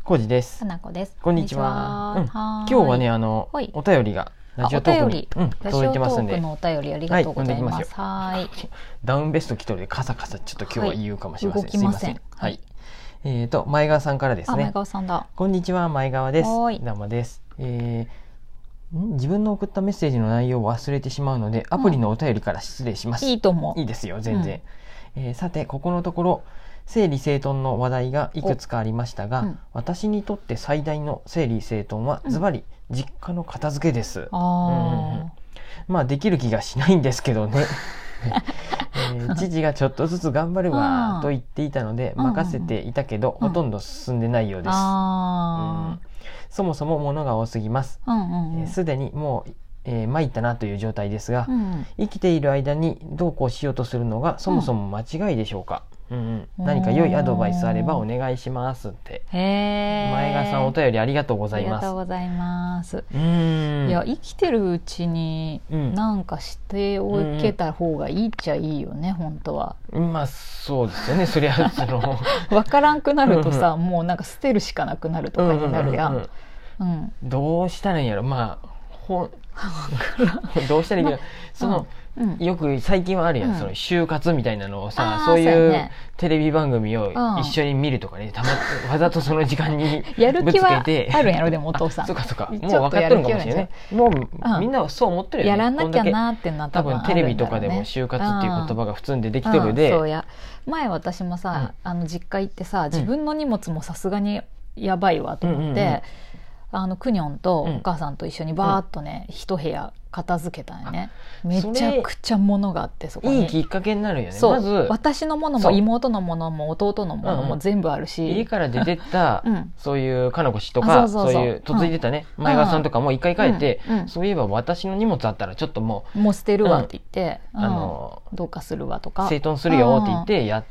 コウジです。 かなこです。 こんにちは。 は今日はねはいお便りがラジオトークに届いてますんで、 ラジオトークのお便りありがとうございます。はい。 ダウンベスト着とるでカサカサちょっと今日は言うかもしれません。 動きません。 はい。前川さんからですね。 前川さんだ。 こんにちは、前川です。どうもです。自分の送ったメッセージの内容を忘れてしまうのでアプリのお便りから失礼します。 いいと思う。 いいですよ、全然。さてここのところ整理整頓の話題がいくつかありましたが、私にとって最大の整理整頓はズバリ実家の片付けです。まあできる気がしないんですけどね。父がちょっとずつ頑張るわと言っていたので任せていたけど、ほとんど進んでないようです。そもそも物が多すぎます。すでにもう参ったなという状態ですが、生きている間にどうこうしようとするのがそもそも間違いでしょうか。何か良いアドバイスあればお願いしますって。前川さんお便りありがとうございます。 ありがとうございます。いや生きてるうちになんかしておけた方がいいっちゃいいよね、本当は。 まあそうですよね。そりゃ分からんくなるとさ、もうなんか捨てるしかなくなるとかになるやん。 どうしたらいいんやろ。まあどうしたらいいか、よく最近はあるやん、その就活みたいなのをさ、そういうテレビ番組を一緒に見るとかね、わざとその時間にぶつけてあるんやろ。でもお父さんそうかそうか、もう分かってるのかもしれない。もうみんなはそう思ってるよね。 やらなきゃなってなった多分テレビとかでも就活っていう言葉が普通に出てきてるで、 そうや。前私もさ、実家行ってさ、自分の荷物もさすがにやばいわと思って、クニョンとお母さんと一緒にバーッとね、一部屋片付けたんよね。めちゃくちゃ物があって、そこにいいきっかけになるよね。 そう、 まず私のものも妹のものも弟のものも全部あるし、 家から出てったそういうかのこ氏とか、そういう嫁いでたね前川さんとかも一回帰って、そういえば私の荷物あったらちょっともう捨てるわって言って、どうかするわとか整頓するよって言ってやって、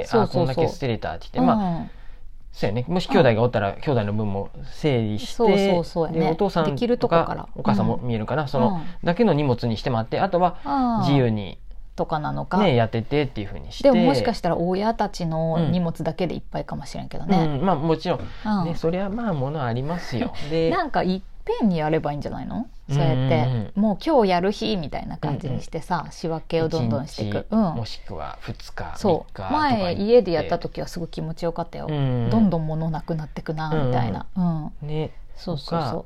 こんだけ捨てれたって言って、まあそうやね、もし兄弟がおったら兄弟の分も整理して、でお父さんとかお母さんも見えるかな、そのだけの荷物にしてもらって、あとは自由にとかなのか、 やっててっていう風にして。 でももしかしたら親たちの荷物だけでいっぱいかもしれんけどね。 まあもちろんね、そりゃまあ物ありますよ。でなんかいっぺんにやればいいんじゃないの。そうやってもう今日やる日みたいな感じにしてさ、仕分けをどんどんしていく。 もしくは2日3日。 前家でやった時はすごい気持ちよかったよ。どんどん物なくなってくなみたいな。 ね。 そうそうそう。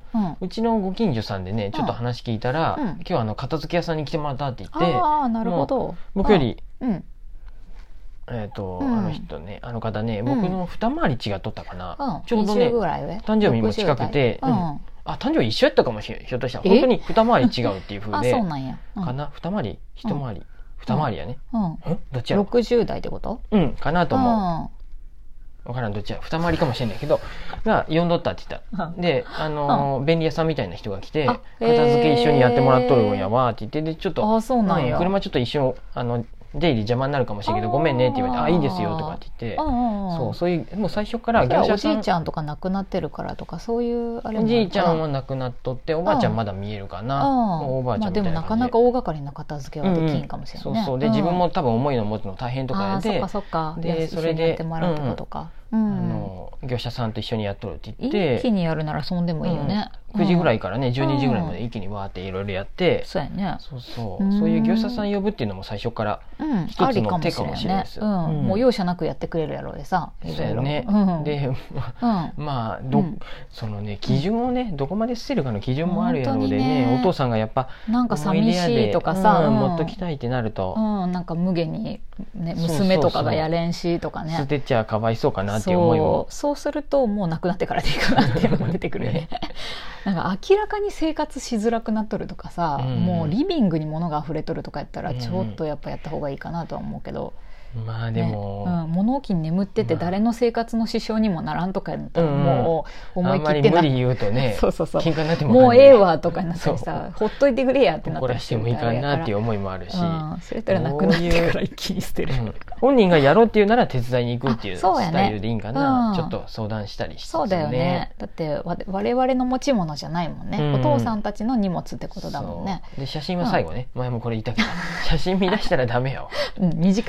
うちのご近所さんでね、ちょっと話聞いたら、今日片付け屋さんに来てもらったって言って、 なるほど。 僕よりあの人ね、あの方ね、僕の二回り違っとったかな。ちょうどね、誕生日も近くて、誕生日一緒やったかもしれない。ひょっとしたら本当に二回り違うっていう風で、かな、二回り一回り二回りやね。どっちやろ。 60代ってこと？ かなと思う。わからん、どっちや、二回りかもしれないけどが呼んどったって言った。で便利屋さんみたいな人が来て、片付け一緒にやってもらっとるんやわって言って、でちょっと車ちょっと一緒出入り邪魔になるかもしれんけどごめんねって言われて、いいですよとかって言って、そういうもう最初から業者さん、おじいちゃんとか亡くなってるからとかそういうあれも、 おじいちゃんは亡くなっとって、おばあちゃんまだ見えるかな。おばあちゃんみたいな感じで、 でもなかなか大掛かりな片付けはできんかもしれないね。 そうで自分も多分重いの持つの大変とかで、 でそれでやってもらうってことか。 業者さんと一緒にやっとるって言って、 一気にやるならそんでもいいよね。 9時ぐらいからね12時ぐらいまで一気にわーっていろいろやって、 そうやね。 そういう業者さん呼ぶっていうのも最初から一つの手かもしれないですよ。 もう容赦なくやってくれるやろうでさ。 そうやね。でまあそのね基準をねどこまで捨てるかの基準もあるやろうでね、お父さんがやっぱなんか寂しいとかさ、 持っときたいってなると、 なんか無限に娘とかがやれんしとかね、 捨てちゃかわいそうかなっていう思いも。 そうするともうなくなってからでいいかなっていうのも出てくるよね。なんか明らかに生活しづらくなっとるとかさ、もうリビングに物が溢れとるとかやったらちょっとやっぱやった方がいいかなとは思うけど、 まあでも、 物置に眠ってて誰の生活の支障にもならんとかやったらもう思い切ってあんまり無理言うとね喧嘩になってももうええわとかになったりさ、ほっといてくれやってなったらしてもいいかなっていう思いもあるし、 それたらなくなってから一気に捨てる。 本人がやろうっていうなら手伝いに行くっていうスタイルでいいんかな。ちょっと相談したりして。 そうだよね。だって我々の持ち物じゃないもんね。お父さんたちの荷物ってことだもんね。 で写真は最後ね、前もこれ言ったけど写真見出したらダメよ。 2時間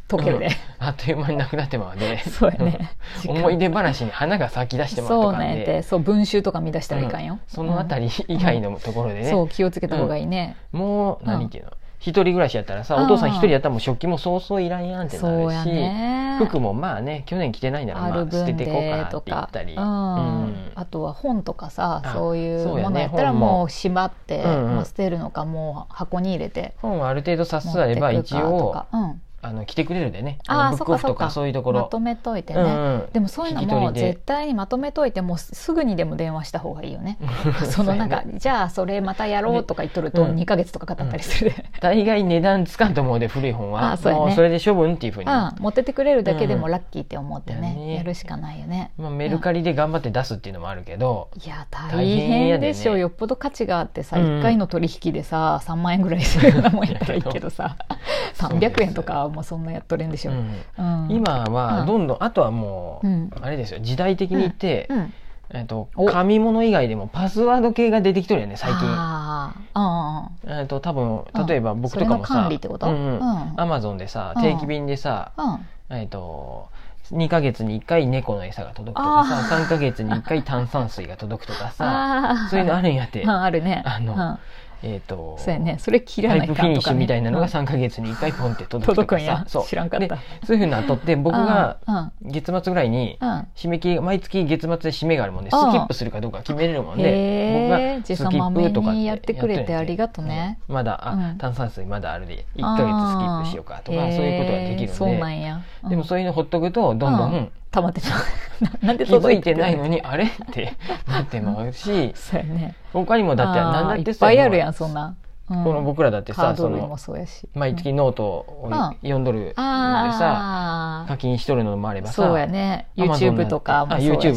溶けるで、 あっという間になくなってまうでそうやね思い出話に花が咲き出してまうとそうかで、 ねってそう文集とか見出したらいかんよ、 そのあたり以外のところでね、 そう気をつけた方がいいね、 もう何ていうの、一人暮らしやったらさ、お父さん一人やったらもう食器もそうそういらんやんってなるし、服もまあね去年着てないならまあ捨ててこうかなって言ったり、 あとは本とかさ、そういうものやったらもうしまって、捨てるのかもう箱に入れて、 本はある程度冊数あれば一応来てくれるでね、ブックオフとかそういうところまとめといてね、でもそういうのも絶対にまとめといてもうすぐにでも電話した方がいいよねそのなんかじゃあそれまたやろうとか言っとると2ヶ月とかかかったりするで、 大概値段つかんと思うで、古い本はもうそれで処分っていうふうに持ってってくれるだけでもラッキーって思ってね、やるしかないよね。 メルカリで頑張って出すっていうのもあるけど、 いや大変でしょ、よっぽど価値があってさ、1回の取引でさ3万円ぐらいするようなもんやったらいいけどさ300円とかもうそんなやっとれんでしょ。 今はどんどん、あとはもうあれですよ、時代的に言って紙物以外でもパスワード系が出てきとるよね最近。多分例えば僕とかもさ、アマゾンでさ定期便でさ、2ヶ月に1回猫の餌が届くとかさ、3ヶ月に1回炭酸水が届くとかさ、そういうのあるんやって。 あるね。そうやね、それ切らないかとかね、 タイプフィニッシュみたいなのが3ヶ月に1回ポンって届くとかさ、 知らんかった。 そういうふうなとって、僕が月末ぐらいに締め切り、毎月月末で締めがあるもんで、スキップするかどうか決めれるもんで、僕がスキップとかやってくれてありがとね。 まだ炭酸水まだあるで1ヶ月スキップしようかとか、そういうことができるんで、でもそういうのほっとくとどんどん溜まってちゃう。なんで気づいてないのにあれってなってまうし、他にもだって何だっていっぱいあるやんそんな。 この僕らだってさ、その毎月ノートを読んどるのでさ、課金しとるのもあればさ、 そうやね、 YouTube とかもそうやし、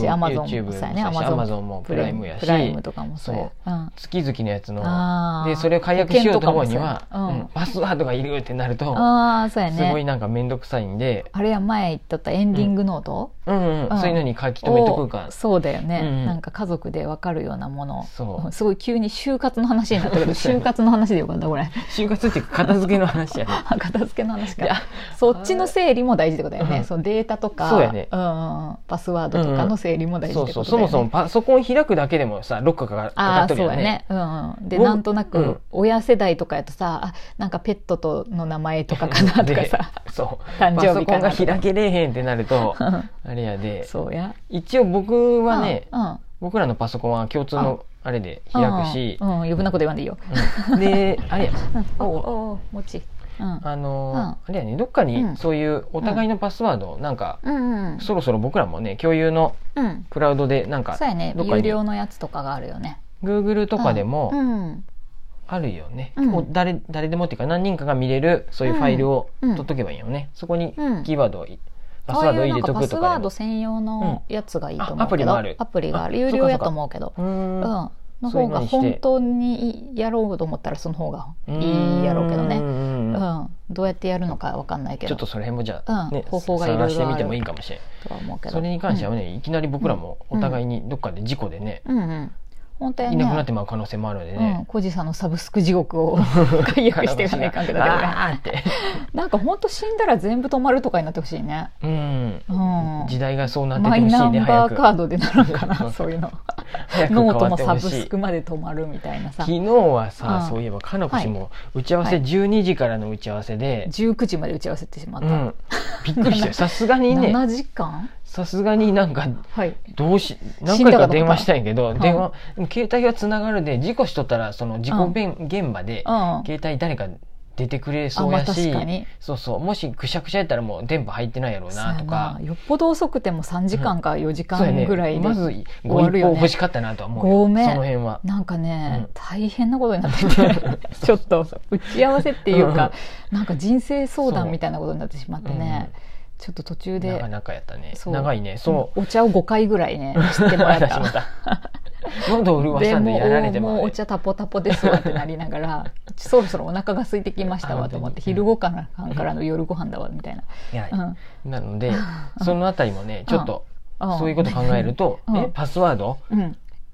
Amazon もプライムやし、 プライムとかもそう、 月々のやつので、それを解約しようと思うにはパスワードがいるってなるとすごいなんか面倒くさいんで、 あれや前言っとったエンディングノート、 そういうのに書き留めとくか。 そうだよね、なんか家族で分かるようなもの、すごい急に就活の話になったけど就活の話でよかったこれ。 就活っていうか片付けの話やね片付けの話か。そっちの整理も大事ってことだよね、そのデータとか、 そうやね、 パスワードとかの整理も大事ってことだよね。 そもそもパソコン開くだけでもさロックかかっとるよね。 でなんとなく親世代とかやとさ、なんかペットとの名前とかかなとかさ誕生日かなとか、パソコンが開けれへんってなるとあれやで、一応僕はね、僕らのパソコンは共通のあれで開くし、 余分なこと言わんでいいよ。 であれやもちあれやね、どっかにそういうお互いのパスワードなんかそろそろ僕らもね共有のクラウドでなんかそうやね、有料のやつとかがあるよね。 Google とかでもあるよね、誰でもっていうか何人かが見れるそういうファイルを取っとけばいいよね。そこにキーワードをパスワード入れとくとかでも、 パスワード専用のやつがいいと思うけど、アプリがある、有料やと思うけど、の方が本当にやろうと思ったらその方がいいやろうけどね。どうやってやるのかわかんないけど、 ちょっとその辺もじゃあ方法がいろいろある探してみてもいいかもしれないとは思うけど、それに関してはね、いきなり僕らもお互いにどっかで事故でね本当にいなくなってまう可能性もあるのでね、 小路さんのサブスク地獄を解約していかないかんけどねなんか本当死んだら全部止まるとかになってほしいね。 時代がそうなっててほしいね。 マイナンバーカードでならんかなそういうのノートのサブスクまで止まるみたいなさ。 昨日はさ、そういえばかなこ氏も打ち合わせ12時からの打ち合わせで 19時まで打ち合わせてしまった。 びっくりしてさすがにね 7時間さすがになんか何回か電話したんやけど、電話携帯がつながるで、事故しとったらその事故現場で携帯誰か出てくれそうやし、もしくしゃくしゃやったらもう電波入ってないやろうなとか、 よっぽど遅くても3時間か4時間ぐらいでまずご一報欲しかったなとは思う。 ごめん、 その辺はなんかね大変なことになっててちょっと打ち合わせっていうかなんか人生相談みたいなことになってしまってね、ちょっと途中でなかなかやったね。長いね。 お茶を5回ぐらいねしてもらった喉を潤さんでやられてもうお茶タポタポですわってなりながらそろそろお腹が空いてきましたわと思って、昼ご飯からの夜ご飯だわみたいな。 なのでそのあたりもねちょっとそういうこと考えるとパスワード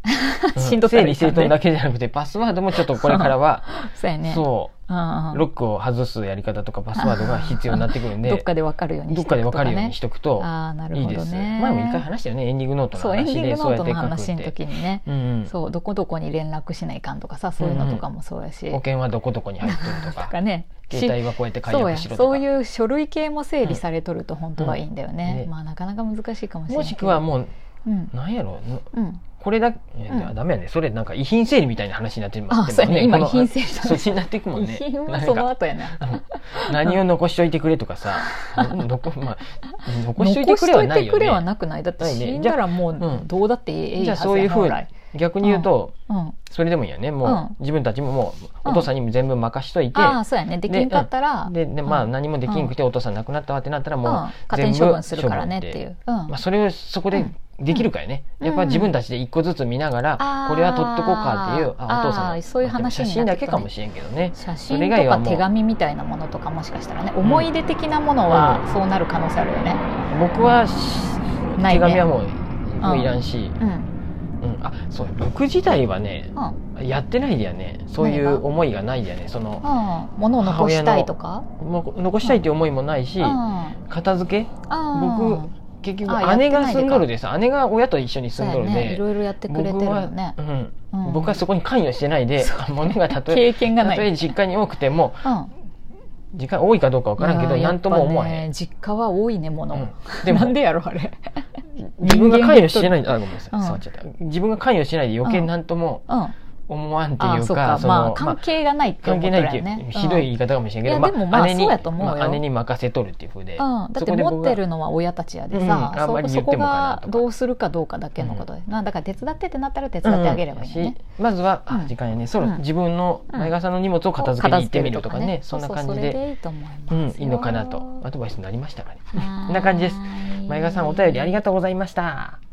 整理整頓だけじゃなくてパスワードもちょっとこれからはそうやね。 そうロックを外すやり方とかパスワードが必要になってくるんでどっかで分かるようにどっかで分かるようにしとくといいです。前も一回話したよね、エンディングノートの話で。 そうエンディングノートの話の時にね、そうどこどこに連絡しないかんとかさ、そういうのとかもそうやし、 保険はどこどこに入ってるとかね、 携帯はこうやって解約しろとか、 そういう書類系も整理されとると本当はいいんだよね。まあなかなか難しいかもしれない。 もしくはもうなんやろこれだダメやね、それなんか遺品整理みたいな話になってますもんね。今遺品整理そっちになっていくもんね。 遺品はその後やな。 何を残しといてくれとかさ、残しといてくれはないよね。残しといてくれはなくない。だって死んだらもうどうだっていいはずや。 じゃあそういうふうに逆に言うとそれでもいいよね。もう自分たちももうお父さんにも全部任しといて、 そうやね、できんかったらでまあ何もできんくてお父さん亡くなったわってなったらもう全部処分するからねっていう。 それをそこでできるかよね。やっぱ自分たちで一個ずつ見ながらこれは取っとこうかっていう、お父さんそういう話写真だけかもしれんけどね。 写真とか手紙みたいなものとかもしかしたらね、思い出的なものはそうなる可能性あるよね。 僕は手紙はもういらんし、そう僕自体はねやってないでやね。そういう思いがないでやね。その物を残したいとか残したいっていう思いもないし、片付け僕結局姉が住んどるでさ、姉が親と一緒に住んどるで、 いろいろやってくれてるよね。 僕はそこに関与してないで、物がたと経験がない。 たとえ実家に多くても、実家多いかどうかわからんけど何とも思わへん。 実家は多いね、物。なんでやろあれ。 自分が関与してない、ごめんなさい、触っちゃった。自分が関与してないで余計何とも思わんっていうか、 関係がないって思ったらね、 ひどい言い方かもしれんけど、姉に任せとるっていう風で、 だって持ってるのは親たちやでさ、そこがどうするかどうかだけのことで、だから手伝ってってなったら手伝ってあげればいいね。 まずは時間やね、自分の前川さんの荷物を片付けに行ってみるとかね、そんな感じでいいのかなとアドバイスになりましたかね。こんな感じです。前川さんお便りありがとうございました。